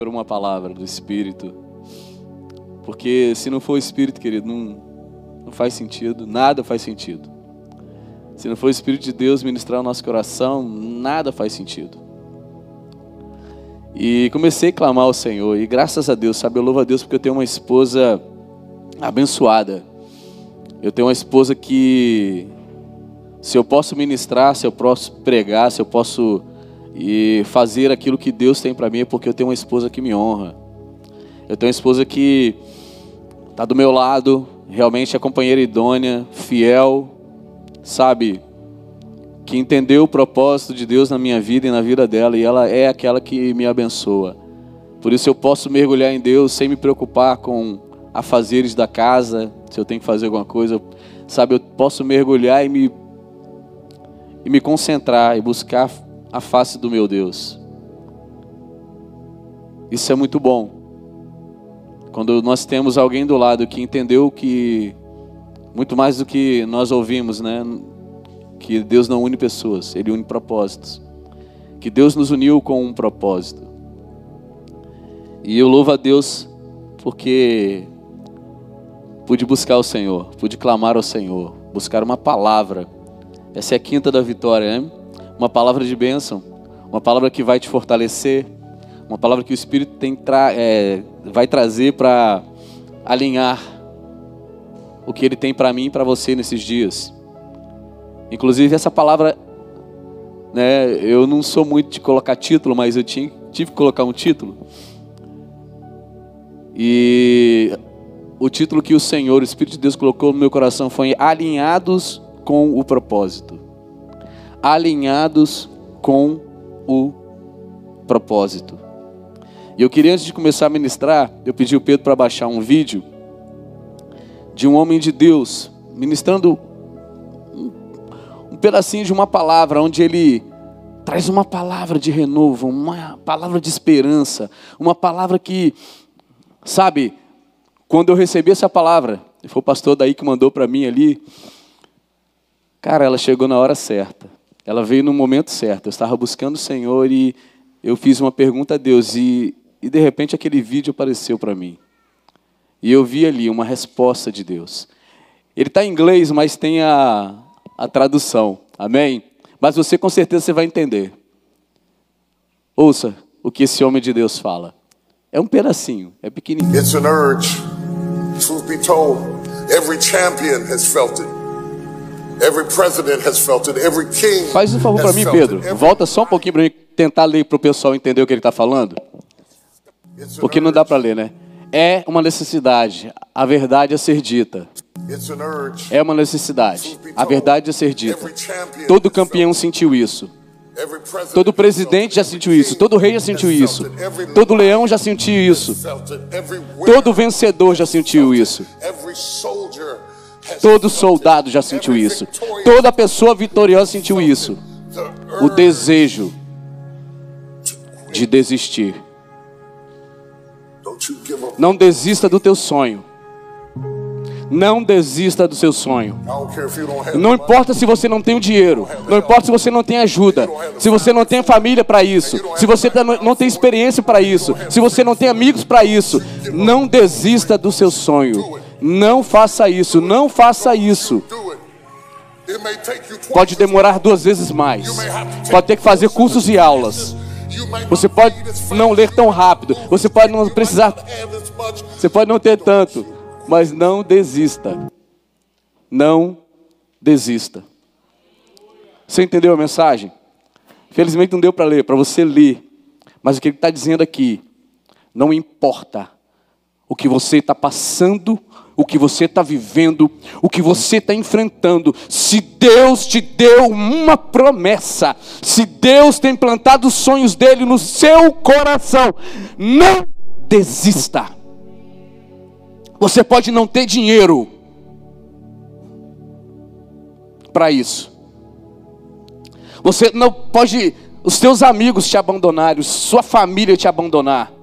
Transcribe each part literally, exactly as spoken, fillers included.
Por uma palavra do Espírito, porque se não for o Espírito, querido, não, não faz sentido, nada faz sentido. Se não for o Espírito de Deus ministrar o nosso coração, nada faz sentido. E comecei a clamar ao Senhor, e graças a Deus, sabe, eu louvo a Deus porque eu tenho uma esposa abençoada. Eu tenho uma esposa que, se eu posso ministrar, se eu posso pregar, se eu posso e fazer aquilo que Deus tem para mim, é porque eu tenho uma esposa que me honra. Eu tenho uma esposa que está do meu lado, realmente é companheira idônea, fiel, sabe, que entendeu o propósito de Deus na minha vida e na vida dela, e ela é aquela que me abençoa. Por isso eu posso mergulhar em Deus sem me preocupar com afazeres da casa, se eu tenho que fazer alguma coisa, sabe, eu posso mergulhar e me, e me concentrar e buscar a face do meu Deus. Isso é muito bom. Quando nós temos alguém do lado que entendeu que, muito mais do que nós ouvimos, né? Que Deus não une pessoas, Ele une propósitos. Que Deus nos uniu com um propósito. E eu louvo a Deus porque pude buscar o Senhor, pude clamar ao Senhor, buscar uma palavra. Essa é a quinta da vitória, né? Uma palavra de bênção, uma palavra que vai te fortalecer, uma palavra que o Espírito tem tra é, vai trazer para alinhar o que Ele tem para mim e para você nesses dias. Inclusive essa palavra, né, eu não sou muito de colocar título, mas eu tinha, tive que colocar um título. E o título que o Senhor, o Espírito de Deus colocou no meu coração foi Alinhados com o Propósito. Alinhados com o propósito. E eu queria, antes de começar a ministrar, eu pedi ao Pedro para baixar um vídeo de um homem de Deus ministrando um, um pedacinho de uma palavra, onde ele traz uma palavra de renovo, uma palavra de esperança, uma palavra que, sabe, quando eu recebi essa palavra, e foi o pastor daí que mandou para mim ali, cara, ela chegou na hora certa. Ela veio no momento certo. Eu estava buscando o Senhor e eu fiz uma pergunta a Deus. E, e de repente aquele vídeo apareceu para mim. E eu vi ali uma resposta de Deus. Ele está em inglês, mas tem a, a tradução. Amém? Mas você com certeza você vai entender. Ouça o que esse homem de Deus fala. É um pedacinho, é pequenininho. It's an urge. Truth be told, every champion has felt it. Every president has felt it. Every king. Faz um favor para mim, Pedro. Every... Volta só um pouquinho para mim tentar ler para o pessoal entender o que ele está falando. Porque não dá para ler, né? É uma necessidade. A verdade a ser dita. É uma necessidade. A verdade a ser dita. Todo campeão sentiu isso. Todo presidente já sentiu isso. Todo rei já sentiu isso. Todo leão já sentiu isso. Todo vencedor já sentiu isso. Todo soldado já sentiu isso. Toda pessoa vitoriosa sentiu isso. O desejo de desistir. Não desista do teu sonho. Não desista do seu sonho. Não importa se você não tem o dinheiro. Não importa se você não tem ajuda. Se você não tem família para isso. Se você não tem experiência para isso. Se você não tem amigos para isso. Não desista do seu sonho. Não faça isso, não faça isso. Pode demorar duas vezes mais. Pode ter que fazer cursos e aulas. Você pode não ler tão rápido. Você pode não precisar. Você pode não ter tanto. Mas não desista. Não desista. Você entendeu a mensagem? Felizmente não deu para ler, para você ler. Mas o que ele está dizendo aqui, não importa o que você está passando, o que você está vivendo, o que você está enfrentando. Se Deus te deu uma promessa, se Deus tem plantado os sonhos dele no seu coração, não desista. Você pode não ter dinheiro para isso. Você não pode, os seus amigos te abandonarem, sua família te abandonar.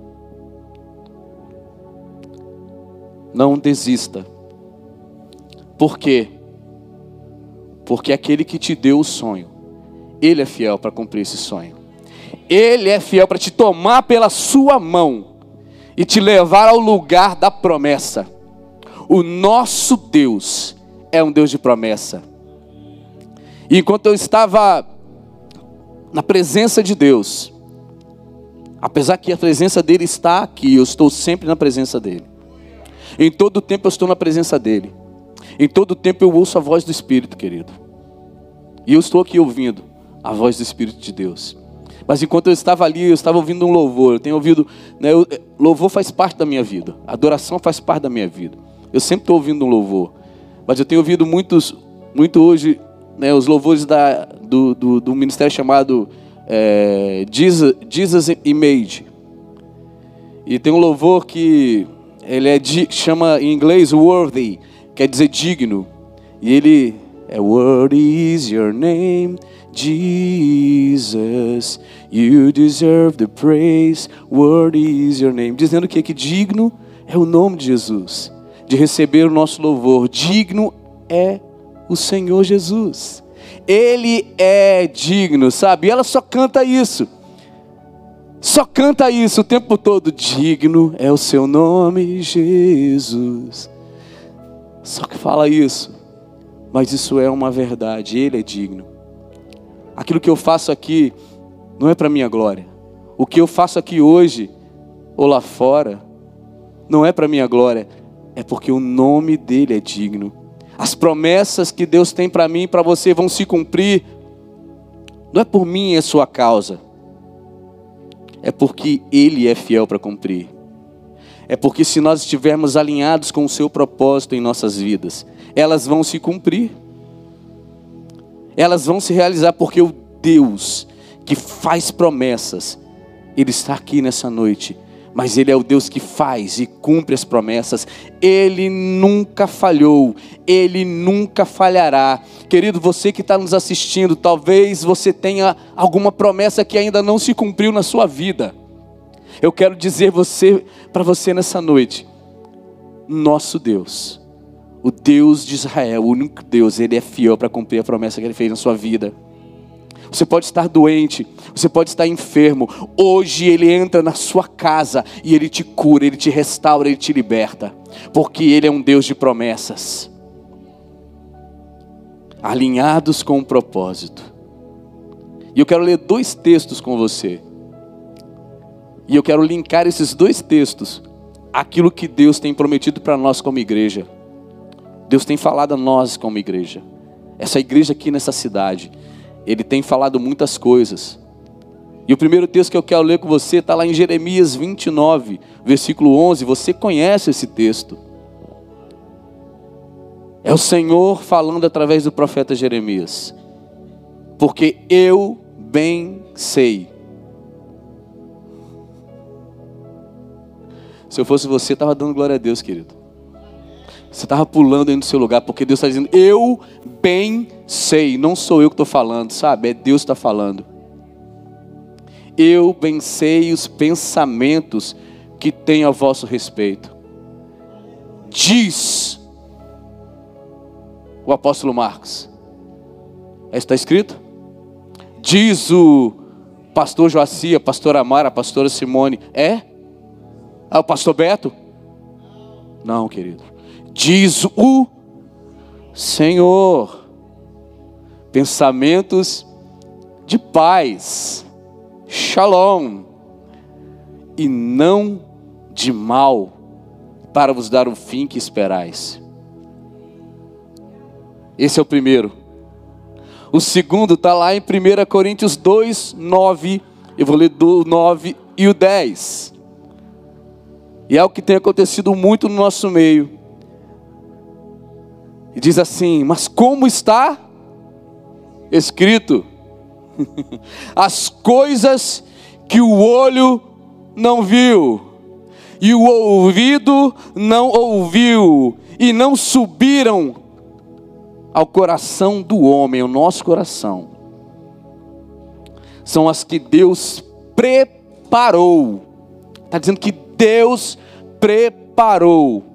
Não desista. Por quê? Porque aquele que te deu o sonho, Ele é fiel para cumprir esse sonho. Ele é fiel para te tomar pela sua mão e te levar ao lugar da promessa. O nosso Deus é um Deus de promessa. E enquanto eu estava na presença de Deus, apesar que a presença dele está aqui, eu estou sempre na presença dele. Em todo tempo eu estou na presença dele. Em todo tempo eu ouço a voz do Espírito, querido. E eu estou aqui ouvindo a voz do Espírito de Deus. Mas enquanto eu estava ali, eu estava ouvindo um louvor. Eu tenho ouvido, né, eu, louvor faz parte da minha vida. Adoração faz parte da minha vida. Eu sempre estou ouvindo um louvor. Mas eu tenho ouvido muitos, muito hoje, né, os louvores da, do, do, do ministério chamado é, Jesus, Jesus Image. E tem um louvor que ele é, chama em inglês worthy, quer dizer digno. E ele é worthy is your name, Jesus, you deserve the praise, worthy is your name. Dizendo que, que digno é o nome de Jesus, de receber o nosso louvor. Digno é o Senhor Jesus. Ele é digno, sabe? E ela só canta isso. Só canta isso o tempo todo. Digno é o seu nome, Jesus. Só que fala isso. Mas isso é uma verdade. Ele é digno. Aquilo que eu faço aqui não é para minha glória. O que eu faço aqui hoje ou lá fora não é para minha glória. É porque o nome dele é digno. As promessas que Deus tem para mim e para você vão se cumprir. Não é por mim, é sua causa. É porque ele é fiel para cumprir. É porque se nós estivermos alinhados com o seu propósito em nossas vidas, elas vão se cumprir. Elas vão se realizar, porque o Deus que faz promessas, ele está aqui nessa noite. Mas ele é o Deus que faz e cumpre as promessas. Ele nunca falhou. Ele nunca falhará. Querido, você que está nos assistindo, talvez você tenha alguma promessa que ainda não se cumpriu na sua vida. Eu quero dizer você, para você nessa noite, nosso Deus, o Deus de Israel, o único Deus, ele é fiel para cumprir a promessa que ele fez na sua vida. Você pode estar doente, você pode estar enfermo. Hoje ele entra na sua casa e ele te cura, ele te restaura, ele te liberta. Porque ele é um Deus de promessas. Alinhados com um propósito. E eu quero ler dois textos com você. E eu quero linkar esses dois textos àquilo que Deus tem prometido para nós como igreja. Deus tem falado a nós como igreja. Essa igreja aqui nessa cidade. Ele tem falado muitas coisas. E o primeiro texto que eu quero ler com você está lá em Jeremias vinte e nove, versículo onze. Você conhece esse texto. É o Senhor falando através do profeta Jeremias. Porque eu bem sei. Se eu fosse você, estava dando glória a Deus, querido. Você estava pulando aí no seu lugar, porque Deus está dizendo, eu bem sei. Não sou eu que estou falando, sabe? É Deus que está falando. Eu bem sei os pensamentos que tenho a vosso respeito. Diz o apóstolo Marcos. É isso que está escrito? Diz o pastor Joacia, a pastora Amara, a pastora Simone. É? Ah, o pastor Beto? Não, querido. Diz o Senhor, pensamentos de paz, shalom, e não de mal, para vos dar o fim que esperais. Esse é o primeiro. O segundo está lá em primeira Coríntios dois, nove, eu vou ler do nove e o dez. E é o que tem acontecido muito no nosso meio. E diz assim, mas como está escrito? As coisas que o olho não viu, e o ouvido não ouviu, e não subiram ao coração do homem, ao nosso coração, são as que Deus preparou. Está dizendo que Deus preparou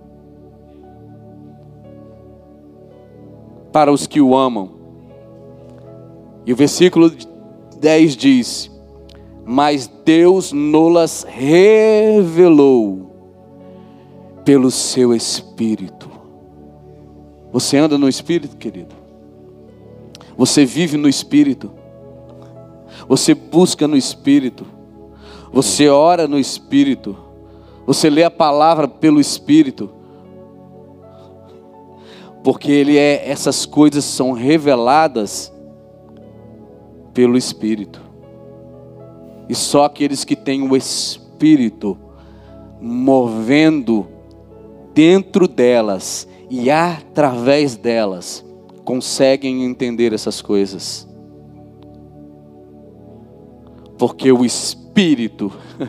para os que o amam. E o versículo dez diz, mas Deus nos revelou pelo seu Espírito. Você anda no Espírito, querido? Você vive no Espírito? Você busca no Espírito? Você ora no Espírito? Você lê a palavra pelo Espírito? Porque ele é, essas coisas são reveladas pelo Espírito. E só aqueles que têm o Espírito movendo dentro delas e através delas conseguem entender essas coisas. Porque o Espírito,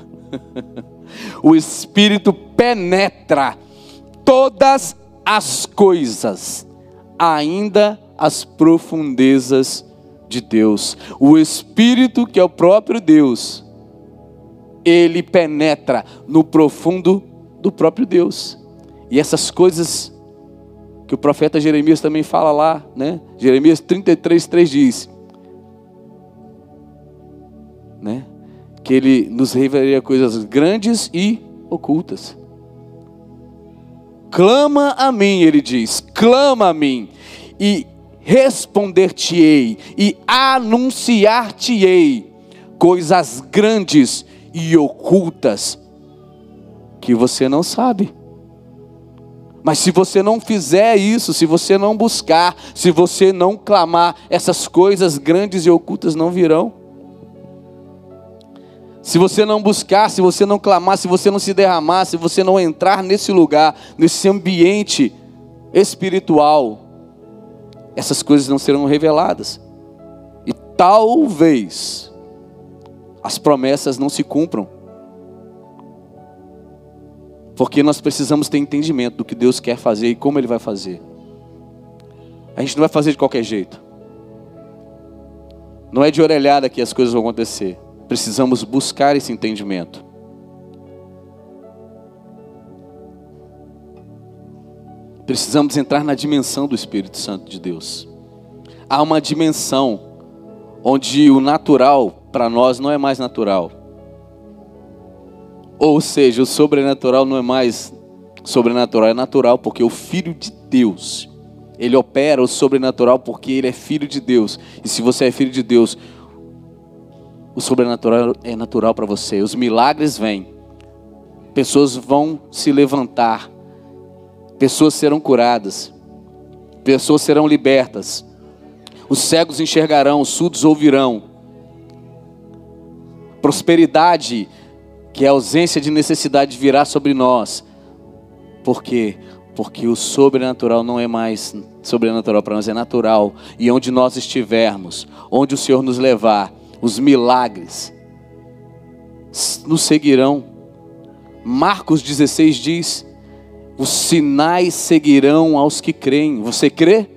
o Espírito penetra todas as coisas, ainda as profundezas de Deus. O Espírito, que é o próprio Deus, ele penetra no profundo do próprio Deus. E essas coisas que o profeta Jeremias também fala lá, né? Jeremias trinta e três, três diz, né? Que ele nos revelaria coisas grandes e ocultas. Clama a mim, ele diz, clama a mim, e responder-te-ei, e anunciar-te-ei coisas grandes e ocultas que você não sabe. Mas se você não fizer isso, se você não buscar, se você não clamar, essas coisas grandes e ocultas não virão. Se você não buscar, se você não clamar, se você não se derramar, se você não entrar nesse lugar, nesse ambiente espiritual, essas coisas não serão reveladas. E talvez as promessas não se cumpram. Porque nós precisamos ter entendimento do que Deus quer fazer e como Ele vai fazer. A gente não vai fazer de qualquer jeito. Não é de orelhada que as coisas vão acontecer. Precisamos buscar esse entendimento. Precisamos entrar na dimensão do Espírito Santo de Deus. Há uma dimensão onde o natural para nós não é mais natural. Ou seja, o sobrenatural não é mais sobrenatural, é natural, porque o Filho de Deus, ele opera o sobrenatural porque ele é Filho de Deus. E se você é Filho de Deus, o sobrenatural é natural para você. Os milagres vêm. Pessoas vão se levantar. Pessoas serão curadas. Pessoas serão libertas. Os cegos enxergarão, os surdos ouvirão. Prosperidade, que é a ausência de necessidade, virá sobre nós. Por quê? Porque o sobrenatural não é mais sobrenatural para nós, é natural. E onde nós estivermos, onde o Senhor nos levar, os milagres nos seguirão. Marcos dezesseis diz, os sinais seguirão aos que creem. Você crê?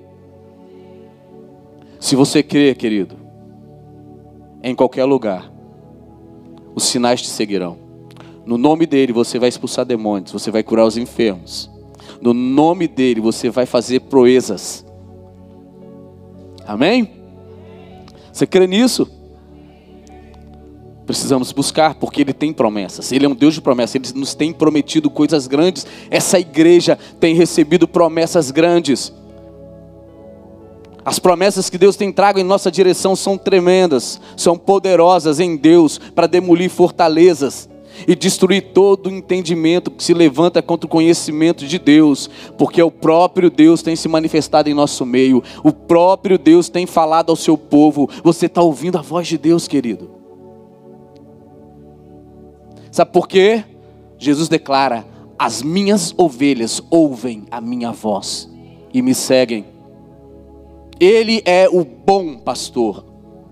Se você crê, querido, em qualquer lugar, os sinais te seguirão. No nome dele você vai expulsar demônios, você vai curar os enfermos. No nome dele você vai fazer proezas. Amém? Você crê nisso? Precisamos buscar, porque Ele tem promessas. Ele é um Deus de promessas. Ele nos tem prometido coisas grandes. Essa igreja tem recebido promessas grandes. As promessas que Deus tem trago em nossa direção são tremendas, são poderosas em Deus para demolir fortalezas e destruir todo o entendimento que se levanta contra o conhecimento de Deus, porque o próprio Deus tem se manifestado em nosso meio. O próprio Deus tem falado ao seu povo. Você está ouvindo a voz de Deus, querido? Sabe por quê? Jesus declara, as minhas ovelhas ouvem a minha voz e me seguem. Ele é o bom pastor.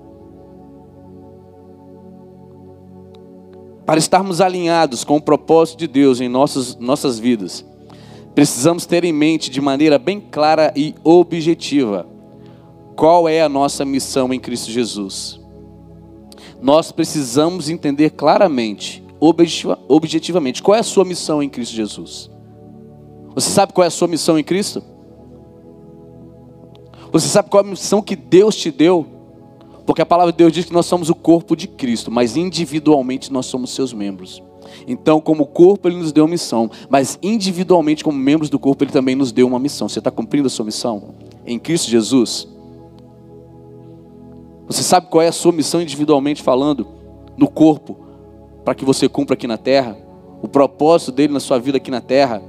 Para estarmos alinhados com o propósito de Deus em nossas, nossas vidas, precisamos ter em mente de maneira bem clara e objetiva qual é a nossa missão em Cristo Jesus. Nós precisamos entender claramente, objetiva, objetivamente, qual é a sua missão em Cristo Jesus. Você sabe qual é a sua missão em Cristo? Você sabe qual é a missão que Deus te deu? Porque a palavra de Deus diz que nós somos o corpo de Cristo, mas individualmente nós somos seus membros. Então, como corpo, Ele nos deu uma missão, mas individualmente, como membros do corpo, Ele também nos deu uma missão. Você está cumprindo a sua missão em Cristo Jesus? Você sabe qual é a sua missão individualmente falando, no corpo, para que você cumpra aqui na terra? O propósito dele na sua vida aqui na terra?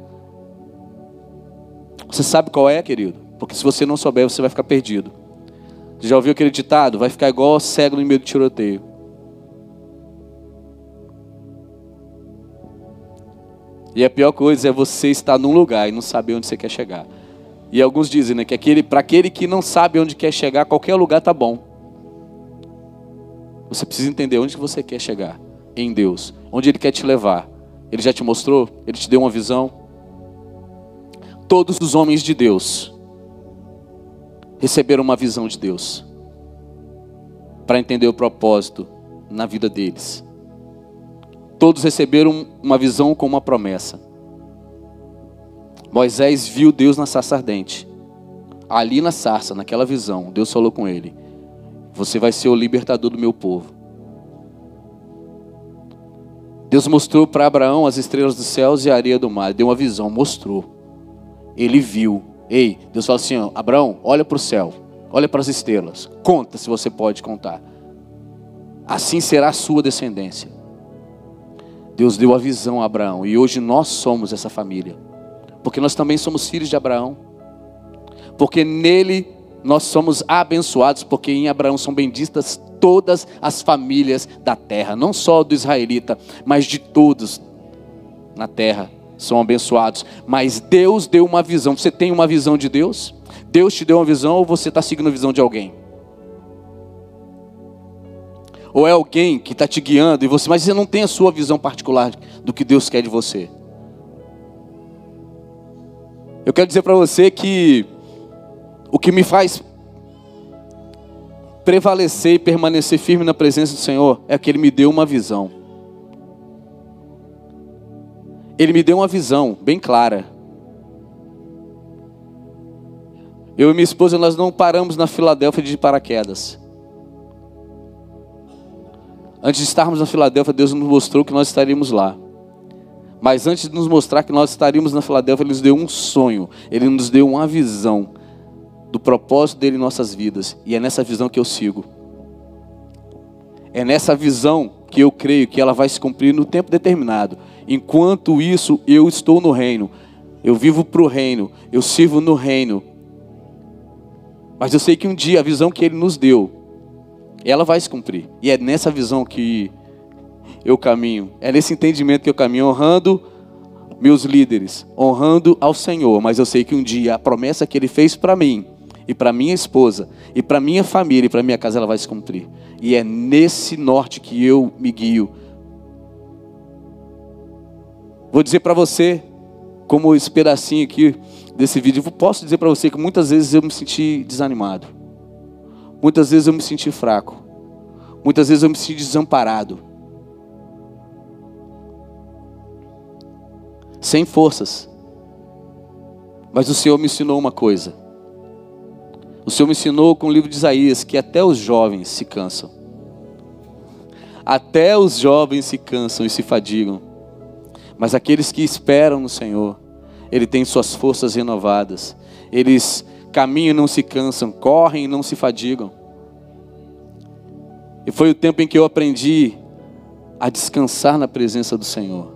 Você sabe qual é, querido? Porque se você não souber, você vai ficar perdido. Você já ouviu aquele ditado? Vai ficar igual cego no meio do tiroteio. E a pior coisa é você estar num lugar e não saber onde você quer chegar. E alguns dizem, né, que aquele, para aquele que não sabe onde quer chegar, qualquer lugar tá bom. Você precisa entender onde você quer chegar em Deus, onde Ele quer te levar. Ele já te mostrou? Ele te deu uma visão? Todos os homens de Deus receberam uma visão de Deus para entender o propósito na vida deles. Todos receberam uma visão com uma promessa. Moisés viu Deus na sarça ardente. Ali na sarça, naquela visão, Deus falou com ele: você vai ser o libertador do meu povo. Deus mostrou para Abraão as estrelas dos céus e a areia do mar. Deu uma visão, mostrou. Ele viu. Ei, Deus falou assim: ó, Abraão, olha para o céu, olha para as estrelas, conta se você pode contar. Assim será a sua descendência. Deus deu a visão a Abraão, e hoje nós somos essa família, porque nós também somos filhos de Abraão, porque nele nós somos abençoados, porque em Abraão são benditas todas as famílias da terra, não só do israelita, mas de todos na terra são abençoados. Mas Deus deu uma visão. Você tem uma visão de Deus? Deus te deu uma visão, ou você está seguindo a visão de alguém? Ou é alguém que está te guiando e você, mas você não tem a sua visão particular do que Deus quer de você? Eu quero dizer para você que o que me faz prevalecer e permanecer firme na presença do Senhor é que Ele me deu uma visão. Ele me deu uma visão bem clara. Eu e minha esposa, nós não paramos na Filadélfia de paraquedas. Antes de estarmos na Filadélfia, Deus nos mostrou que nós estaríamos lá. Mas antes de nos mostrar que nós estaríamos na Filadélfia, Ele nos deu um sonho. Ele nos deu uma visão do propósito dele em nossas vidas. E é nessa visão que eu sigo. É nessa visão que eu creio que ela vai se cumprir no tempo determinado. Enquanto isso, eu estou no reino. Eu vivo para o reino. Eu sirvo no reino. Mas eu sei que um dia a visão que Ele nos deu, ela vai se cumprir. E é nessa visão que eu caminho. É nesse entendimento que eu caminho, honrando meus líderes, honrando ao Senhor. Mas eu sei que um dia a promessa que Ele fez para mim, e para minha esposa, e para minha família, e para minha casa, ela vai se cumprir. E é nesse norte que eu me guio. Vou dizer para você, como esse pedacinho aqui desse vídeo, eu posso dizer para você que muitas vezes eu me senti desanimado. Muitas vezes eu me senti fraco. Muitas vezes eu me senti desamparado. Sem forças. Mas o Senhor me ensinou uma coisa. O Senhor me ensinou com o livro de Isaías que até os jovens se cansam. Até os jovens se cansam e se fadigam. Mas aqueles que esperam no Senhor, Ele tem suas forças renovadas. Eles caminham e não se cansam, correm e não se fadigam. E foi o tempo em que eu aprendi a descansar na presença do Senhor.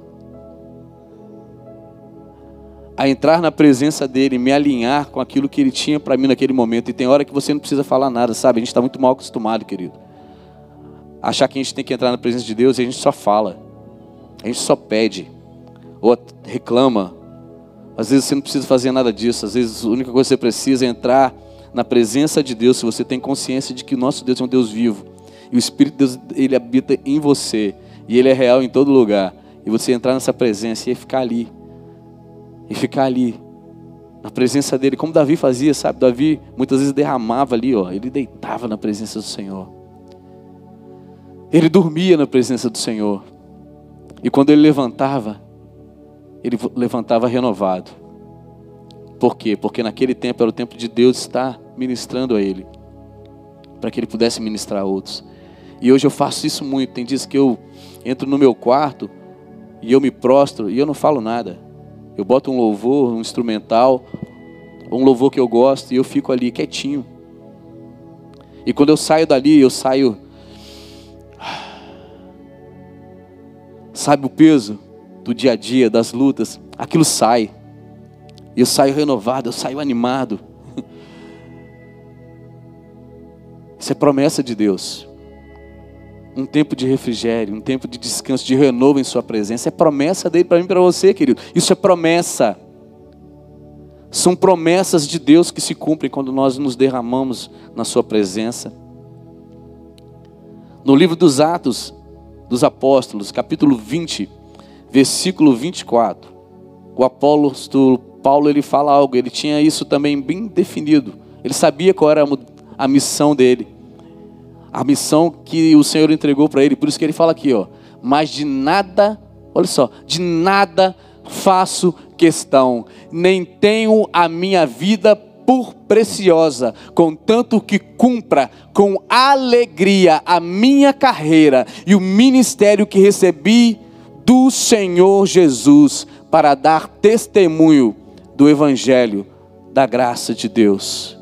A entrar na presença dEle, me alinhar com aquilo que Ele tinha para mim naquele momento. E tem hora que você não precisa falar nada, sabe? A gente está muito mal acostumado, querido. Achar que a gente tem que entrar na presença de Deus e a gente só fala. A gente só pede. Ou reclama. Às vezes você não precisa fazer nada disso. Às vezes a única coisa que você precisa é entrar na presença de Deus. Se você tem consciência de que o nosso Deus é um Deus vivo. E o Espírito de Deus, Ele habita em você. E Ele é real em todo lugar. E você entrar nessa presença e ficar ali. E ficar ali. Na presença dEle. Como Davi fazia, sabe? Davi muitas vezes derramava ali, ó. Ele deitava na presença do Senhor. Ele dormia na presença do Senhor. E quando ele levantava, ele levantava renovado. Por quê? Porque naquele tempo era o tempo de Deus estar ministrando a ele. para que ele pudesse ministrar a outros. E hoje eu faço isso muito. Tem dias que eu entro no meu quarto e eu me prostro e eu não falo nada. Eu boto um louvor, um instrumental, um louvor que eu gosto, e eu fico ali quietinho. E quando eu saio dali, eu saio... Sabe o peso do dia a dia, das lutas? Aquilo sai. E eu saio renovado, eu saio animado. Isso é promessa de Deus. Um tempo de refrigério, um tempo de descanso, de renovo em sua presença. É promessa dele para mim e para você, querido. Isso é promessa. São promessas de Deus que se cumprem quando nós nos derramamos na sua presença. No livro dos Atos dos Apóstolos, capítulo vinte, versículo vinte e quatro. O apóstolo Paulo, ele fala algo, ele tinha isso também bem definido. Ele sabia qual era a missão dele. A missão que o Senhor entregou para ele. Por isso que ele fala aqui, ó. Mas de nada, olha só, de nada faço questão, nem tenho a minha vida por preciosa, contanto que cumpra com alegria a minha carreira e o ministério que recebi do Senhor Jesus, para dar testemunho do Evangelho da graça de Deus.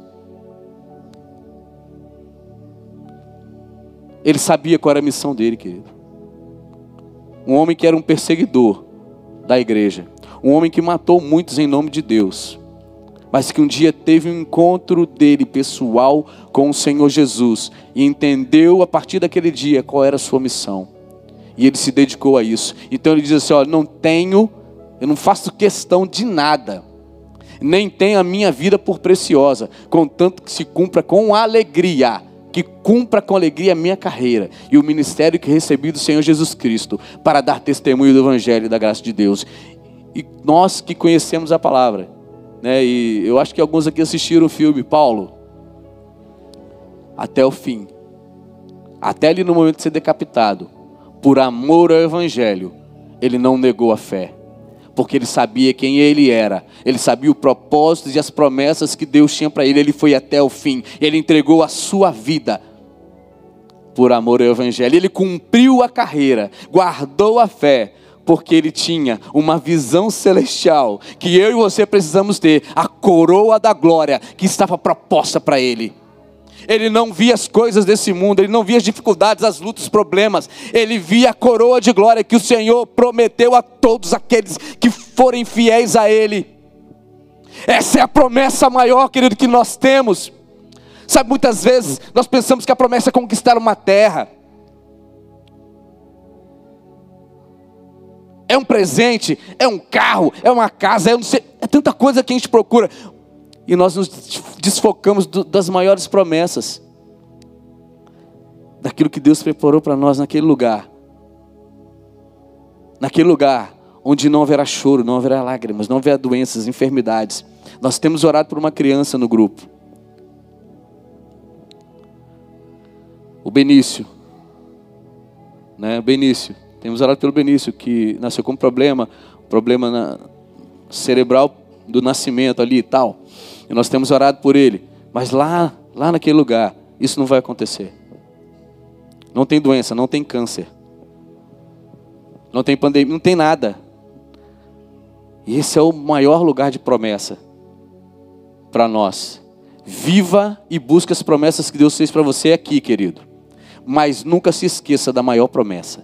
Ele sabia qual era a missão dele, querido. Um homem que era um perseguidor da igreja. Um homem que matou muitos em nome de Deus. Mas que um dia teve um encontro dele pessoal com o Senhor Jesus. E entendeu a partir daquele dia qual era a sua missão. E ele se dedicou a isso. Então ele diz assim, olha, não tenho, eu não faço questão de nada. Nem tenho a minha vida por preciosa. Contanto que se cumpra com alegria. Que cumpra com alegria a minha carreira e o ministério que recebi do Senhor Jesus Cristo, para dar testemunho do Evangelho e da graça de Deus. E nós que conhecemos a palavra, né? E eu acho que alguns aqui assistiram o filme Paulo, até o fim, até ali no momento de ser decapitado, por amor ao Evangelho, ele não negou a fé. Porque ele sabia quem ele era. Ele sabia o propósito e as promessas que Deus tinha para ele. Ele foi até o fim. Ele entregou a sua vida por amor ao Evangelho. Ele cumpriu a carreira, guardou a fé, porque ele tinha uma visão celestial que eu e você precisamos ter. A coroa da glória que estava proposta para ele. Ele não via as coisas desse mundo, ele não via as dificuldades, as lutas, os problemas. Ele via a coroa de glória que o Senhor prometeu a todos aqueles que forem fiéis a Ele. Essa é a promessa maior, querido, que nós temos. Sabe, muitas vezes nós pensamos que a promessa é conquistar uma terra. É um presente, é um carro, é uma casa, é, um... é tanta coisa que a gente procura. E nós nos desfocamos do, das maiores promessas. Daquilo que Deus preparou para nós naquele lugar. Naquele lugar onde não haverá choro, não haverá lágrimas, não haverá doenças, enfermidades. Nós temos orado por uma criança no grupo. O Benício. Né? Benício. Temos orado pelo Benício, que nasceu com problema. Problema na, cerebral do nascimento ali e tal. E nós temos orado por ele. Mas lá, lá naquele lugar, isso não vai acontecer. Não tem doença, não tem câncer. Não tem pandemia, não tem nada. E esse é o maior lugar de promessa para nós. Viva e busque as promessas que Deus fez para você aqui, querido. Mas nunca se esqueça da maior promessa.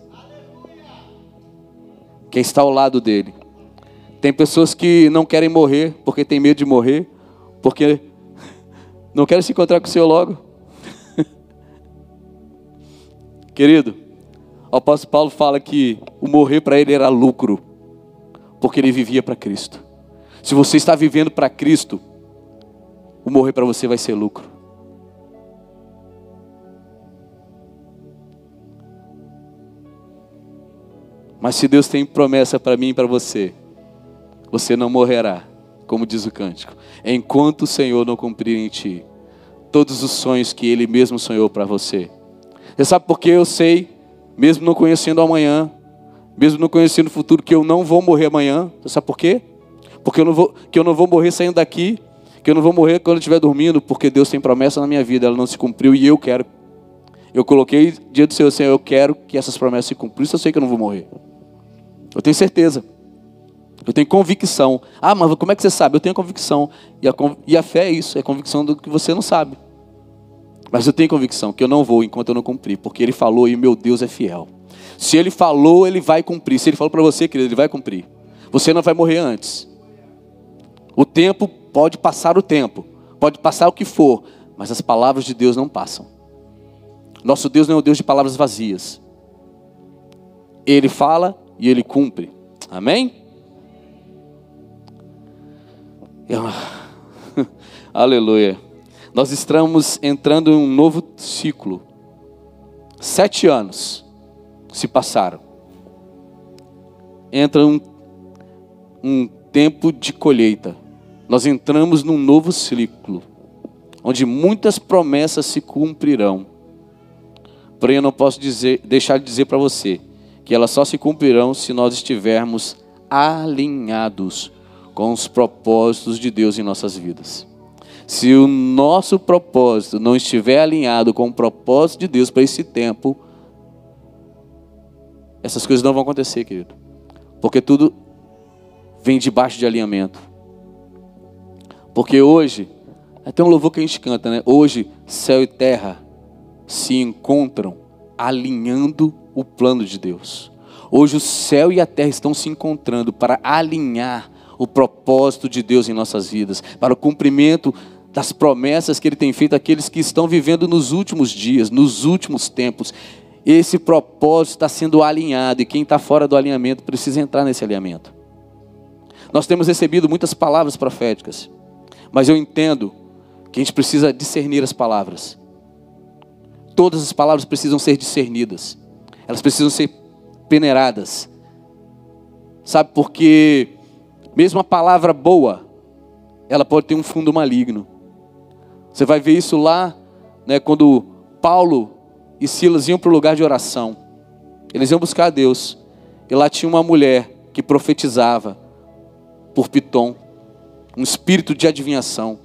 Que está ao lado dele. Tem pessoas que não querem morrer porque tem medo de morrer. Porque não querem se encontrar com o Senhor logo. Querido, o apóstolo Paulo fala que o morrer para ele era lucro. Porque ele vivia para Cristo. Se você está vivendo para Cristo, o morrer para você vai ser lucro. Mas se Deus tem promessa para mim e para você, você não morrerá. Como diz o cântico, enquanto o Senhor não cumprir em ti todos os sonhos que Ele mesmo sonhou para você. Você sabe por que eu sei, mesmo não conhecendo o amanhã, mesmo não conhecendo o futuro, que eu não vou morrer amanhã? Você sabe por quê? Porque eu não vou, que eu não vou morrer saindo daqui, que eu não vou morrer quando eu estiver dormindo, porque Deus tem promessa na minha vida, ela não se cumpriu e eu quero. Eu coloquei diante do Senhor, Senhor, eu quero que essas promessas se cumpram, por isso eu sei que eu não vou morrer. Eu tenho certeza. Eu tenho convicção. Ah, mas como é que você sabe? Eu tenho convicção. E a, e a fé é isso, é a convicção do que você não sabe. Mas eu tenho convicção que eu não vou enquanto eu não cumprir, porque Ele falou e o meu Deus é fiel. Se Ele falou, Ele vai cumprir. Se Ele falou para você, querido, Ele vai cumprir. Você não vai morrer antes. O tempo pode passar o tempo, pode passar o que for, mas as palavras de Deus não passam. Nosso Deus não é um Deus de palavras vazias. Ele fala e Ele cumpre. Amém? Eu... Aleluia. Nós estamos entrando em um novo ciclo. Sete anos se passaram. Entra um, um tempo de colheita. Nós entramos num novo ciclo, onde muitas promessas se cumprirão. Porém, eu não posso dizer, deixar de dizer para você que elas só se cumprirão se nós estivermos alinhados com os propósitos de Deus em nossas vidas. Se o nosso propósito não estiver alinhado com o propósito de Deus para esse tempo, essas coisas não vão acontecer, querido. Porque tudo vem debaixo de alinhamento. Porque hoje, até um louvor que a gente canta, né? Hoje, céu e terra se encontram alinhando o plano de Deus. Hoje o céu e a terra estão se encontrando para alinhar o propósito de Deus em nossas vidas, para o cumprimento das promessas que Ele tem feito àqueles que estão vivendo nos últimos dias, nos últimos tempos. Esse propósito está sendo alinhado e quem está fora do alinhamento precisa entrar nesse alinhamento. Nós temos recebido muitas palavras proféticas, mas eu entendo que a gente precisa discernir as palavras. Todas as palavras precisam ser discernidas, elas precisam ser peneiradas. Sabe, porque mesmo a palavra boa, ela pode ter um fundo maligno. Você vai ver isso lá, né, quando Paulo e Silas iam para o lugar de oração. Eles iam buscar a Deus. E lá tinha uma mulher que profetizava por Pitom. Um espírito de adivinhação.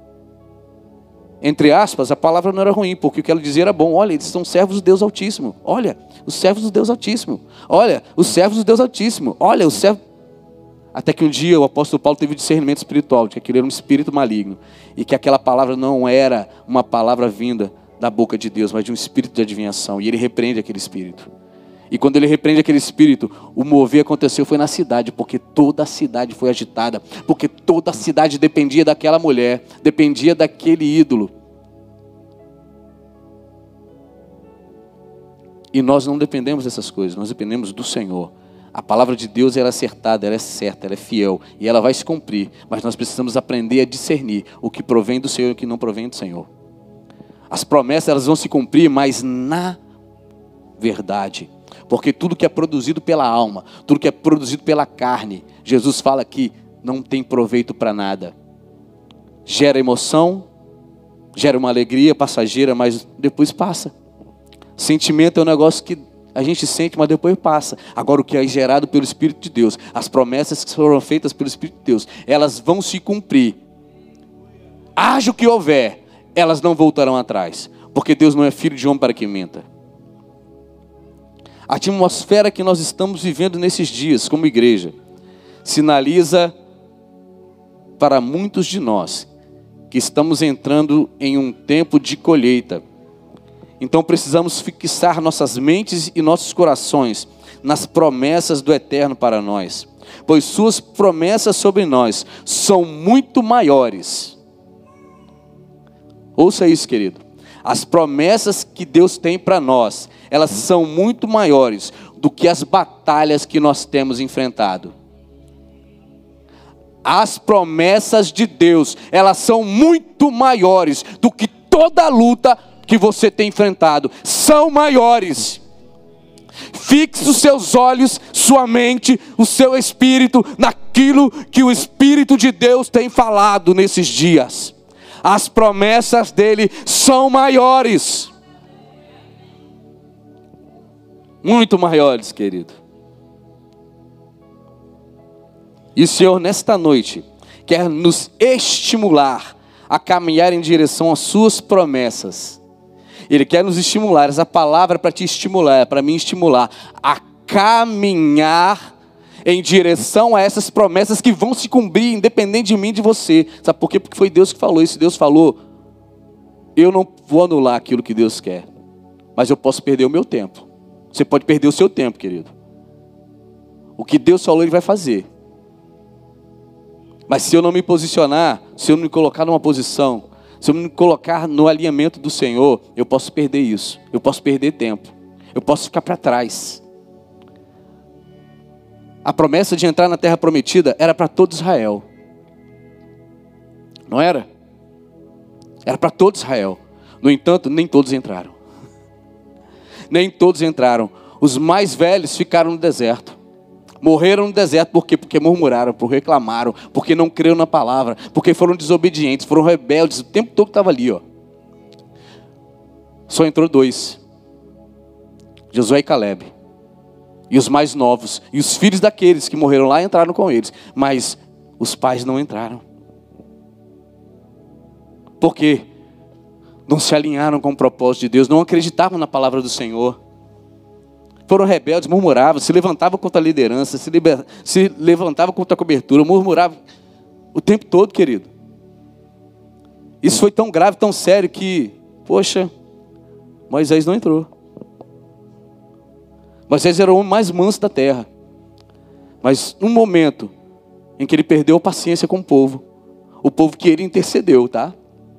Entre aspas, a palavra não era ruim, porque o que ela dizia era bom. Olha, eles são servos do Deus Altíssimo. Olha, os servos do Deus Altíssimo. Olha, os servos do Deus Altíssimo. Olha, os servos... Até que um dia o apóstolo Paulo teve um discernimento espiritual, de que aquilo era um espírito maligno. E que aquela palavra não era uma palavra vinda da boca de Deus, mas de um espírito de adivinhação. E ele repreende aquele espírito. E quando ele repreende aquele espírito, o mover aconteceu foi na cidade, porque toda a cidade foi agitada. Porque toda a cidade dependia daquela mulher, dependia daquele ídolo. E nós não dependemos dessas coisas, nós dependemos do Senhor. A palavra de Deus ela é acertada, ela é certa, ela é fiel e ela vai se cumprir. Mas nós precisamos aprender a discernir o que provém do Senhor e o que não provém do Senhor. As promessas elas vão se cumprir, mas na verdade. Porque tudo que é produzido pela alma, tudo que é produzido pela carne, Jesus fala que não tem proveito para nada. Gera emoção, gera uma alegria passageira, mas depois passa. Sentimento é um negócio que a gente sente, mas depois passa. Agora o que é gerado pelo Espírito de Deus, as promessas que foram feitas pelo Espírito de Deus, elas vão se cumprir. Haja o que houver, elas não voltarão atrás. Porque Deus não é filho de homem para que minta. A atmosfera que nós estamos vivendo nesses dias como igreja sinaliza para muitos de nós que estamos entrando em um tempo de colheita. Então precisamos fixar nossas mentes e nossos corações nas promessas do Eterno para nós, pois suas promessas sobre nós são muito maiores. Ouça isso, querido. As promessas que Deus tem para nós, elas são muito maiores do que as batalhas que nós temos enfrentado. As promessas de Deus, elas são muito maiores do que toda a luta que você tem enfrentado. São maiores. Fixe os seus olhos, sua mente, o seu espírito naquilo que o Espírito de Deus tem falado nesses dias. As promessas dele são maiores. Muito maiores, querido. E o Senhor, nesta noite, quer nos estimular a caminhar em direção às suas promessas. Ele quer nos estimular, essa palavra é para te estimular, é para mim estimular, a caminhar em direção a essas promessas que vão se cumprir, independente de mim e de você. Sabe por quê? Porque foi Deus que falou isso. Deus falou, eu não vou anular aquilo que Deus quer, mas eu posso perder o meu tempo. Você pode perder o seu tempo, querido. O que Deus falou, Ele vai fazer. Mas se eu não me posicionar, se eu não me colocar numa posição, se eu não me colocar no alinhamento do Senhor, eu posso perder isso. Eu posso perder tempo. Eu posso ficar para trás. A promessa de entrar na terra prometida era para todo Israel. Não era? Era para todo Israel. No entanto, nem todos entraram. Nem todos entraram. Os mais velhos ficaram no deserto. Morreram no deserto por quê? Porque murmuraram, porque reclamaram, porque não creram na palavra, porque foram desobedientes, foram rebeldes, o tempo todo estava ali, ó. Só entrou dois. Josué e Caleb. E os mais novos. E os filhos daqueles que morreram lá entraram com eles. Mas os pais não entraram. Por quê? Não se alinharam com o propósito de Deus, não acreditavam na palavra do Senhor. Foram rebeldes, murmuravam, se levantavam contra a liderança, se, liber... se levantavam contra a cobertura, murmuravam o tempo todo, querido. Isso foi tão grave, tão sério que, poxa, Moisés não entrou. Moisés era o homem mais manso da terra. Mas num momento em que ele perdeu a paciência com o povo, o povo que ele intercedeu, tá?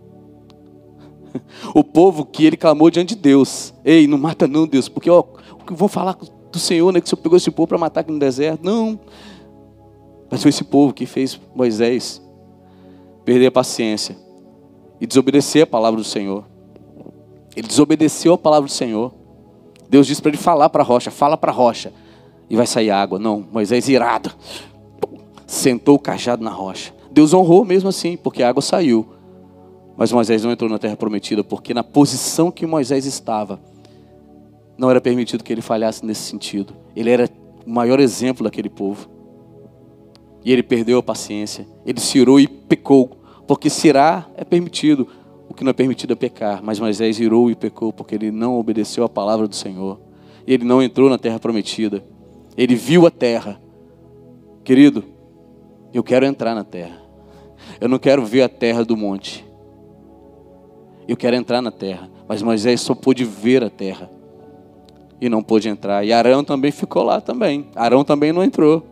O povo que ele clamou diante de Deus. Ei, não mata não, Deus, porque ó, o que eu vou falar do Senhor, né, que o Senhor pegou esse povo para matar aqui no deserto. Não. Mas foi esse povo que fez Moisés perder a paciência e desobedecer a palavra do Senhor. Ele desobedeceu a palavra do Senhor. Deus disse para ele falar para a rocha, fala para a rocha, e vai sair água. Não, Moisés irado, sentou o cajado na rocha. Deus honrou mesmo assim, porque a água saiu. Mas Moisés não entrou na terra prometida, porque na posição que Moisés estava, não era permitido que ele falhasse nesse sentido. Ele era o maior exemplo daquele povo. E ele perdeu a paciência, ele se irou e pecou, porque se irar é permitido. O que não é permitido é pecar, mas Moisés irou e pecou porque ele não obedeceu a palavra do Senhor. Ele não entrou na terra prometida. Ele viu a terra. Querido, eu quero entrar na terra. Eu não quero ver a terra do monte. Eu quero entrar na terra. Mas Moisés só pôde ver a terra e não pôde entrar. E Arão também ficou lá também. Arão também não entrou.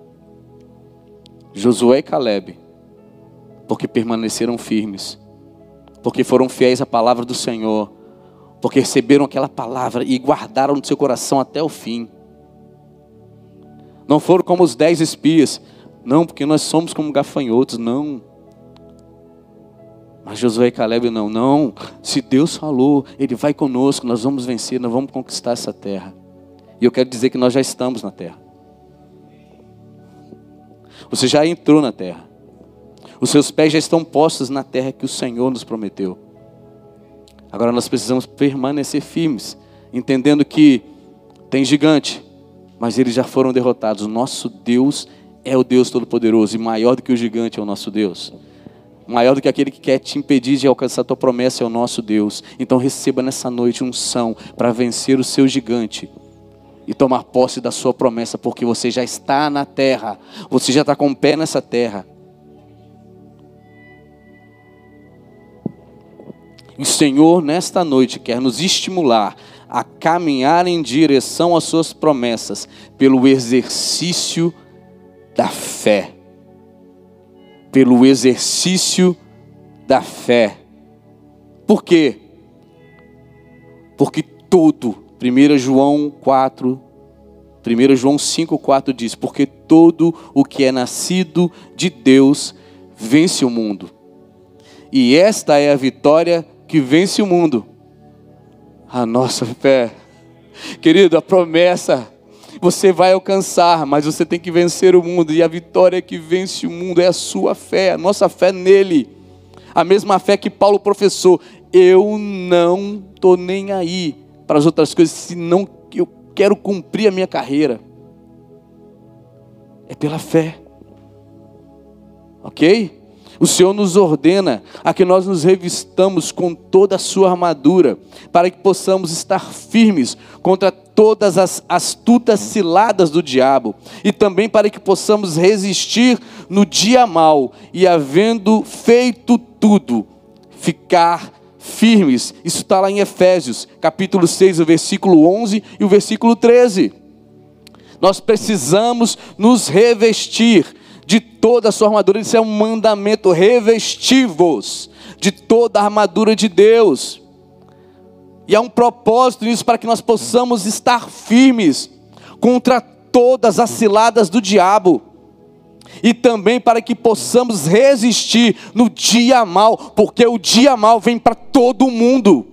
Josué e Caleb, porque permaneceram firmes, porque foram fiéis à palavra do Senhor, porque receberam aquela palavra e guardaram no seu coração até o fim. Não foram como os dez espias, não, porque nós somos como gafanhotos, não. Mas Josué e Caleb não, não. Se Deus falou, Ele vai conosco, nós vamos vencer, nós vamos conquistar essa terra. E eu quero dizer que nós já estamos na terra. Você já entrou na terra. Os seus pés já estão postos na terra que o Senhor nos prometeu. Agora nós precisamos permanecer firmes, entendendo que tem gigante, mas eles já foram derrotados. O nosso Deus é o Deus Todo-Poderoso, e maior do que o gigante é o nosso Deus. Maior do que aquele que quer te impedir de alcançar a tua promessa é o nosso Deus. Então receba nessa noite unção para vencer o seu gigante e tomar posse da sua promessa, porque você já está na terra, você já está com o pé nessa terra. O Senhor nesta noite quer nos estimular a caminhar em direção às suas promessas pelo exercício da fé. Pelo exercício da fé. Por quê? Porque todo, primeiro João quatro, primeiro João cinco, quatro diz, porque todo o que é nascido de Deus vence o mundo. E esta é a vitória que vence o mundo, a nossa fé. Querido, a promessa você vai alcançar, mas você tem que vencer o mundo. E a vitória que vence o mundo é a sua fé, a nossa fé nele. A mesma fé que Paulo professou. Eu não estou nem aí para as outras coisas, senão eu quero cumprir a minha carreira. É pela fé. ok? O Senhor nos ordena a que nós nos revistamos com toda a sua armadura, para que possamos estar firmes contra todas as astutas ciladas do diabo, e também para que possamos resistir no dia mau, e havendo feito tudo, ficar firmes. Isso está lá em Efésios, capítulo seis, o versículo onze e o versículo treze. Nós precisamos nos revestir de toda a sua armadura. Isso é um mandamento: revesti-vos de toda a armadura de Deus. E há um propósito nisso, para que nós possamos estar firmes contra todas as ciladas do diabo, e também para que possamos resistir no dia mau, porque o dia mau vem para todo mundo.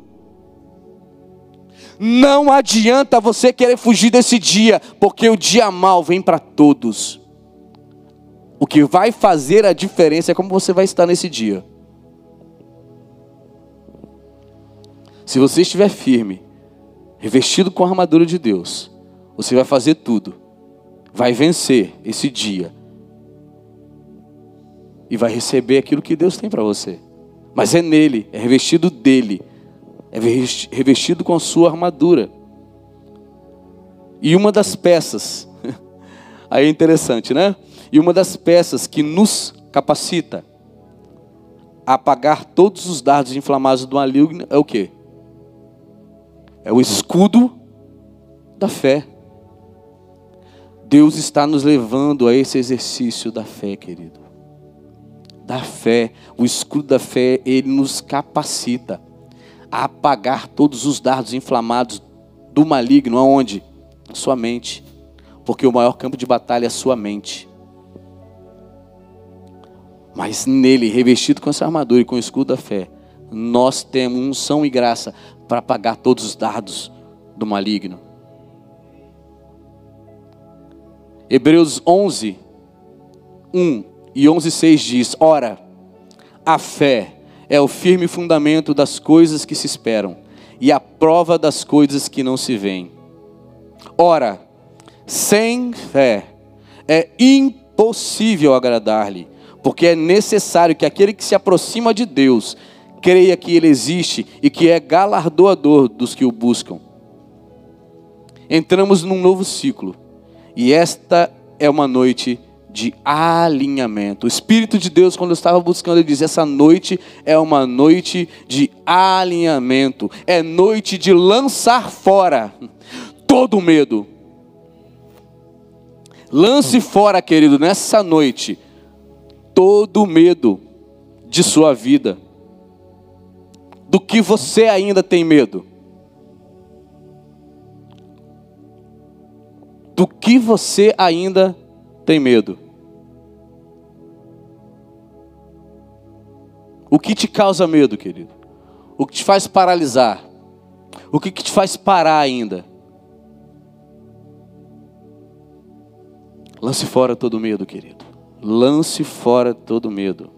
Não adianta você querer fugir desse dia, porque o dia mau vem para todos. O que vai fazer a diferença é como você vai estar nesse dia. Se você estiver firme, revestido com a armadura de Deus, você vai fazer tudo, vai vencer esse dia e vai receber aquilo que Deus tem para você. Mas é nele, é revestido dele, é revestido com a sua armadura. E uma das peças, aí é interessante, né? E uma das peças que nos capacita a apagar todos os dardos inflamados do maligno é o quê? É o escudo da fé. Deus está nos levando a esse exercício da fé, querido. Da fé. O escudo da fé, ele nos capacita a apagar todos os dardos inflamados do maligno. Aonde? Sua mente. Porque o maior campo de batalha é a sua mente. Mas nele, revestido com essa armadura e com o escudo da fé, nós temos unção e graça para apagar todos os dardos do maligno. Hebreus onze, um e onze, seis diz: ora, a fé é o firme fundamento das coisas que se esperam e a prova das coisas que não se veem. Ora, sem fé é impossível agradar-lhe, porque é necessário que aquele que se aproxima de Deus creia que Ele existe e que é galardoador dos que o buscam. Entramos num novo ciclo, e esta é uma noite de alinhamento. O Espírito de Deus, quando eu estava buscando, ele diz: essa noite é uma noite de alinhamento, é noite de lançar fora todo o medo. Lance fora, querido, nessa noite, todo o medo de sua vida. Do que você ainda tem medo? Do que você ainda tem medo? O que te causa medo, querido? O que te faz paralisar? O que te faz parar ainda? Lance fora todo medo, querido. Lance fora todo medo.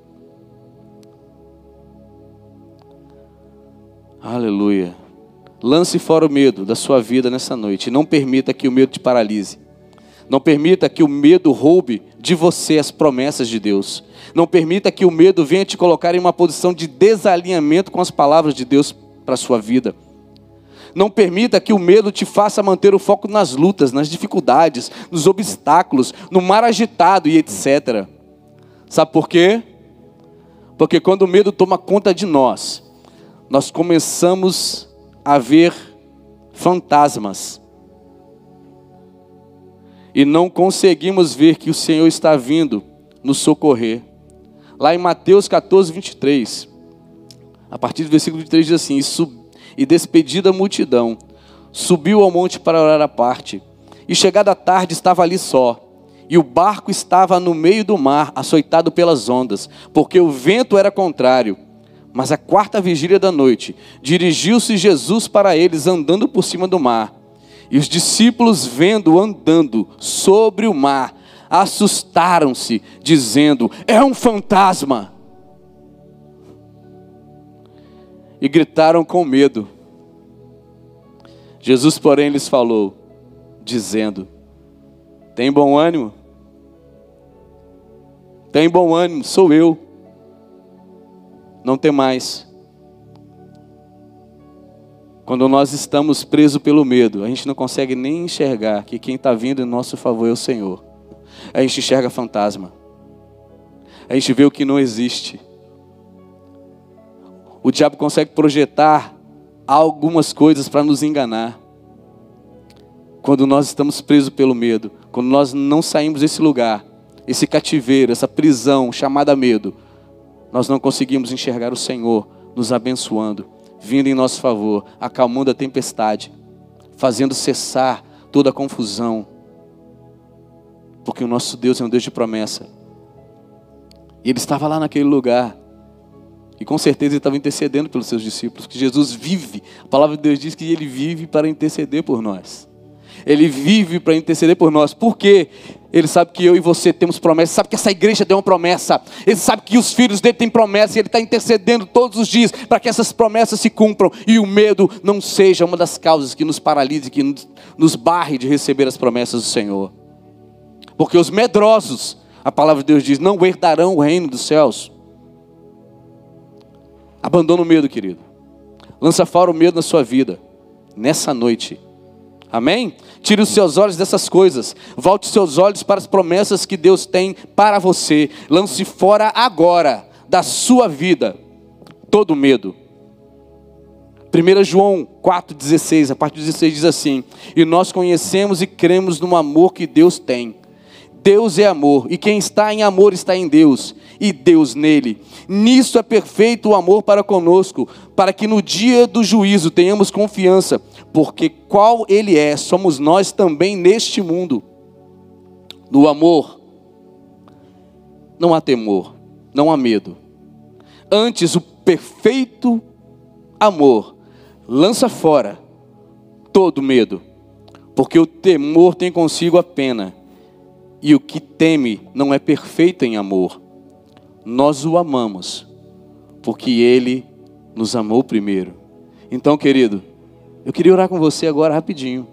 Aleluia. Lance fora o medo da sua vida nessa noite. Não permita que o medo te paralise. Não permita que o medo roube de você as promessas de Deus. Não permita que o medo venha te colocar em uma posição de desalinhamento com as palavras de Deus para a sua vida. Não permita que o medo te faça manter o foco nas lutas, nas dificuldades, nos obstáculos, no mar agitado e etcétera. Sabe por quê? Porque quando o medo toma conta de nós, nós começamos a ver fantasmas. E não conseguimos ver que o Senhor está vindo nos socorrer. Lá em Mateus catorze, vinte e três, a partir do versículo vinte e três diz assim: e despedida a multidão, subiu ao monte para orar à parte. E chegada a tarde estava ali só. E o barco estava no meio do mar, açoitado pelas ondas, porque o vento era contrário. Mas a quarta vigília da noite, dirigiu-se Jesus para eles andando por cima do mar. E os discípulos, vendo-o andando sobre o mar, assustaram-se, dizendo: é um fantasma. E gritaram com medo. Jesus, porém, lhes falou, dizendo: tem bom ânimo, Tem bom ânimo, sou eu. Não tem mais. Quando nós estamos presos pelo medo, a gente não consegue nem enxergar que quem está vindo em nosso favor é o Senhor. A gente enxerga fantasma. A gente vê o que não existe. O diabo consegue projetar algumas coisas para nos enganar. Quando nós estamos presos pelo medo, quando nós não saímos desse lugar, esse cativeiro, essa prisão chamada medo, nós não conseguimos enxergar o Senhor nos abençoando, vindo em nosso favor, acalmando a tempestade, fazendo cessar toda a confusão. Porque o nosso Deus é um Deus de promessa. E Ele estava lá naquele lugar. E com certeza Ele estava intercedendo pelos seus discípulos. Que Jesus vive. A palavra de Deus diz que Ele vive para interceder por nós. Ele vive para interceder por nós. Por quê? Ele sabe que eu e você temos promessa. Sabe que essa igreja deu uma promessa. Ele sabe que os filhos dele têm promessa. E Ele está intercedendo todos os dias para que essas promessas se cumpram. E o medo não seja uma das causas que nos paralise, que nos, nos barre de receber as promessas do Senhor. Porque os medrosos, a palavra de Deus diz, não herdarão o reino dos céus. Abandona o medo, querido. Lança fora o medo na sua vida, nessa noite. Amém? Tire os seus olhos dessas coisas. Volte os seus olhos para as promessas que Deus tem para você. Lance fora agora da sua vida todo medo. primeiro João quatro, dezesseis, a parte dezesseis diz assim: e nós conhecemos e cremos no amor que Deus tem. Deus é amor, e quem está em amor está em Deus, e Deus nele. Nisso é perfeito o amor para conosco, para que no dia do juízo tenhamos confiança, porque qual Ele é, somos nós também neste mundo. No amor, não há temor, não há medo. Antes, o perfeito amor lança fora todo medo, porque o temor tem consigo a pena. E o que teme não é perfeito em amor. Nós o amamos, porque Ele nos amou primeiro. Então, querido, eu queria orar com você agora rapidinho.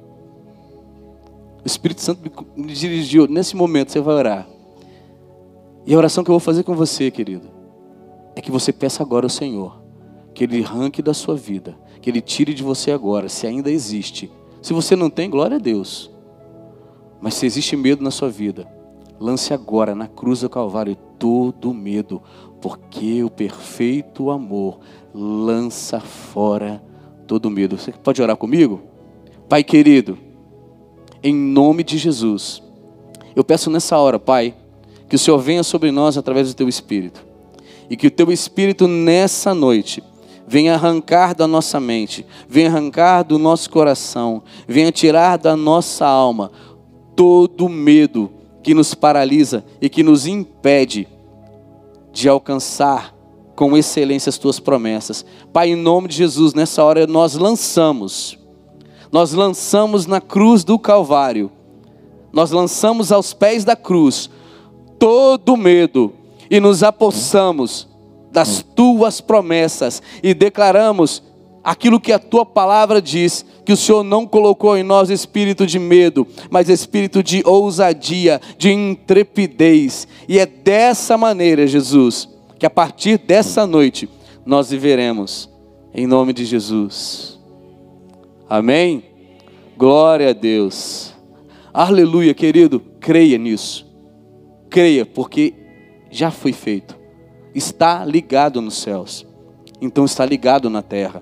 O Espírito Santo me dirigiu. Nesse momento você vai orar. E a oração que eu vou fazer com você, querido, é que você peça agora ao Senhor que Ele arranque da sua vida, que Ele tire de você agora, se ainda existe. Se você não tem, glória a Deus. Mas se existe medo na sua vida, lance agora na cruz do Calvário todo medo, porque o perfeito amor lança fora todo medo. Você pode orar comigo? Pai querido, em nome de Jesus, eu peço nessa hora, Pai, que o Senhor venha sobre nós através do Teu Espírito, e que o Teu Espírito nessa noite venha arrancar da nossa mente, venha arrancar do nosso coração, venha tirar da nossa alma todo medo que nos paralisa e que nos impede de alcançar com excelência as Tuas promessas. Pai, em nome de Jesus, nessa hora nós lançamos, nós lançamos na cruz do Calvário, nós lançamos aos pés da cruz todo medo e nos apossamos das Tuas promessas e declaramos aquilo que a Tua palavra diz, que o Senhor não colocou em nós espírito de medo, mas espírito de ousadia, de intrepidez. E é dessa maneira, Jesus, que a partir dessa noite, nós viveremos, em nome de Jesus. Amém? Glória a Deus. Aleluia, querido, creia nisso. Creia, porque já foi feito. Está ligado nos céus. Então está ligado na terra.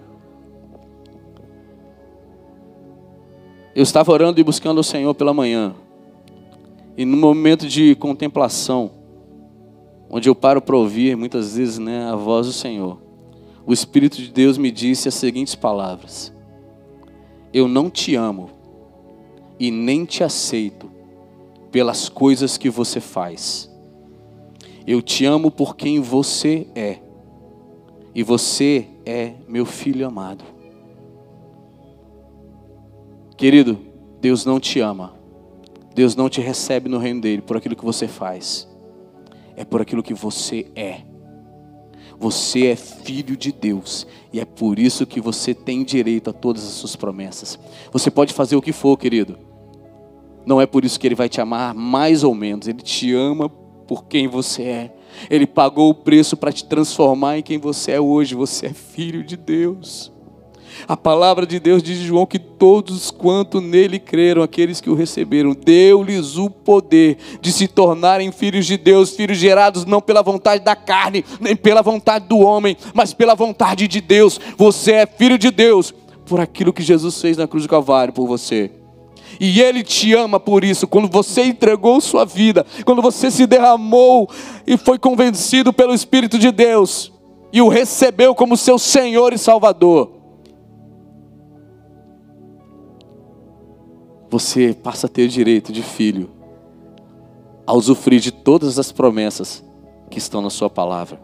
Eu estava orando e buscando o Senhor pela manhã. E no momento de contemplação, onde eu paro para ouvir muitas vezes, né, a voz do Senhor, o Espírito de Deus me disse as seguintes palavras: eu não te amo e nem te aceito pelas coisas que você faz. Eu te amo por quem você é. E você é meu filho amado. Querido, Deus não te ama. Deus não te recebe no reino dele por aquilo que você faz. É por aquilo que você é. Você é filho de Deus. E é por isso que você tem direito a todas as suas promessas. Você pode fazer o que for, querido. Não é por isso que Ele vai te amar mais ou menos. Ele te ama por quem você é. Ele pagou o preço para te transformar em quem você é hoje. Você é filho de Deus. A palavra de Deus diz em João que todos quanto nele creram, aqueles que o receberam, deu-lhes o poder de se tornarem filhos de Deus, filhos gerados não pela vontade da carne, nem pela vontade do homem, mas pela vontade de Deus. Você é filho de Deus por aquilo que Jesus fez na cruz do Calvário por você. E Ele te ama por isso. Quando você entregou sua vida, quando você se derramou e foi convencido pelo Espírito de Deus e o recebeu como seu Senhor e Salvador, você passa a ter o direito de filho a usufruir de todas as promessas que estão na sua palavra.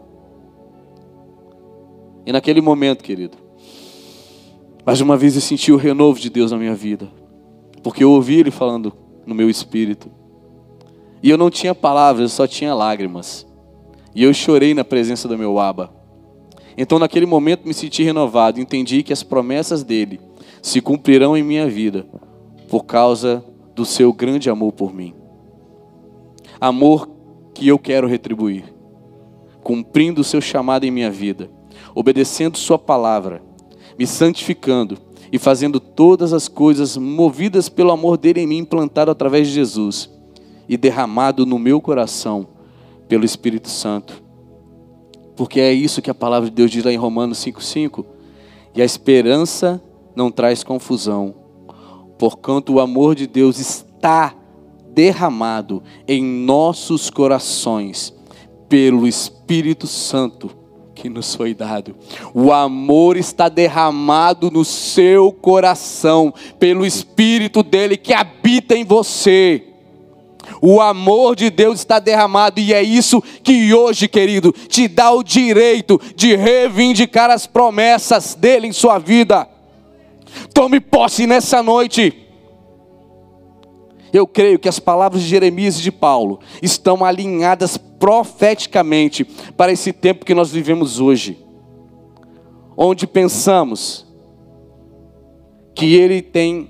E naquele momento, querido, mais uma vez eu senti o renovo de Deus na minha vida, porque eu ouvi Ele falando no meu espírito, e eu não tinha palavras, eu só tinha lágrimas, e eu chorei na presença do meu Abba. Então naquele momento me senti renovado, entendi que as promessas dEle se cumprirão em minha vida, por causa do seu grande amor por mim. Amor que eu quero retribuir, cumprindo o seu chamado em minha vida, obedecendo sua palavra, me santificando e fazendo todas as coisas movidas pelo amor dele em mim, implantado através de Jesus e derramado no meu coração pelo Espírito Santo. Porque é isso que a palavra de Deus diz lá em Romanos cinco, cinco. E a esperança não traz confusão, porquanto o amor de Deus está derramado em nossos corações pelo Espírito Santo que nos foi dado. O amor está derramado no seu coração pelo Espírito dele que habita em você. O amor de Deus está derramado, e é isso que hoje, querido, te dá o direito de reivindicar as promessas dele em sua vida. Tome posse nessa noite. Eu creio que as palavras de Jeremias e de Paulo estão alinhadas profeticamente para esse tempo que nós vivemos hoje, onde pensamos que ele tem,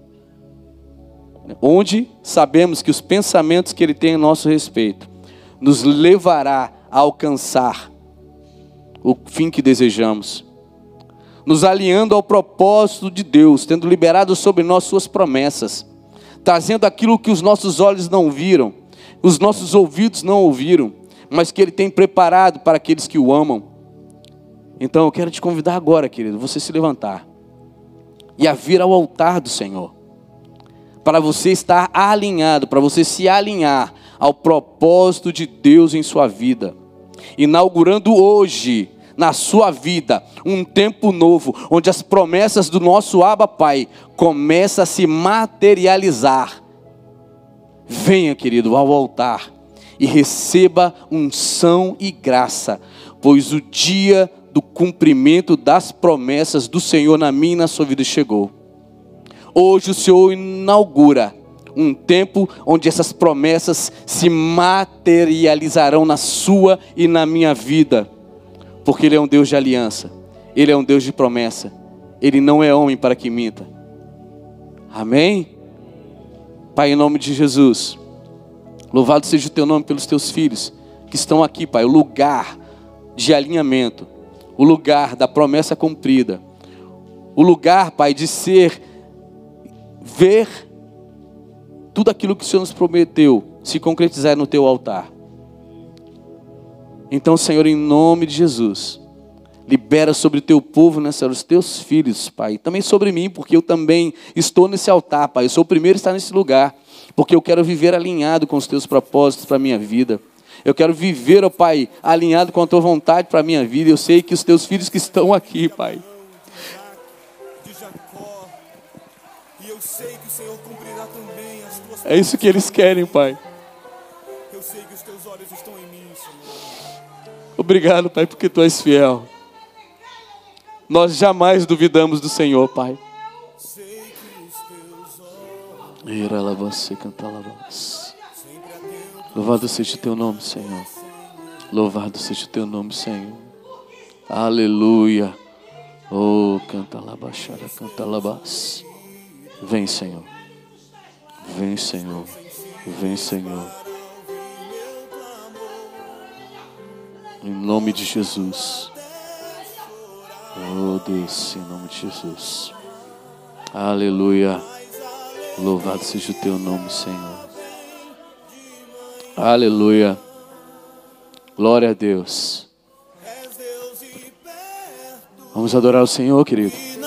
onde sabemos que os pensamentos que ele tem a nosso respeito nos levará a alcançar o fim que desejamos, nos alinhando ao propósito de Deus, tendo liberado sobre nós suas promessas, trazendo aquilo que os nossos olhos não viram, os nossos ouvidos não ouviram, mas que Ele tem preparado para aqueles que o amam. Então eu quero te convidar agora, querido, você se levantar e a vir ao altar do Senhor, para você estar alinhado, para você se alinhar ao propósito de Deus em sua vida, inaugurando hoje na sua vida um tempo novo, onde as promessas do nosso Abba Pai começam a se materializar. Venha, querido, ao altar e receba unção e graça, pois o dia do cumprimento das promessas do Senhor na minha e na sua vida chegou. Hoje o Senhor inaugura um tempo onde essas promessas se materializarão na sua e na minha vida, porque Ele é um Deus de aliança, Ele é um Deus de promessa, Ele não é homem para que minta. Amém? Pai, em nome de Jesus, louvado seja o Teu nome pelos Teus filhos que estão aqui, Pai, o lugar de alinhamento, o lugar da promessa cumprida, o lugar, Pai, de ser, ver tudo aquilo que o Senhor nos prometeu se concretizar no Teu altar. Então, Senhor, em nome de Jesus, libera sobre o Teu povo nessa hora, os Teus filhos, Pai, também sobre mim, porque eu também estou nesse altar, Pai, eu sou o primeiro a estar nesse lugar, porque eu quero viver alinhado com os Teus propósitos para a minha vida. Eu quero viver, ó Pai, alinhado com a Tua vontade para a minha vida. Eu sei que os Teus filhos que estão aqui, Pai, é isso que eles querem, Pai. Eu sei que os Teus olhos estão em mim, Senhor. Obrigado, Pai, porque Tu és fiel. Nós jamais duvidamos do Senhor, Pai. Louvado seja o Teu nome, Senhor. Louvado seja o Teu nome, Senhor. Aleluia. Oh, canta lá, baixada, canta lá, baixada. Vem, Senhor. Vem, Senhor. Vem, Senhor. Em nome de Jesus. Oh Deus, em nome de Jesus. Aleluia. Louvado seja o teu nome, Senhor. Aleluia. Glória a Deus. Vamos adorar o Senhor, querido.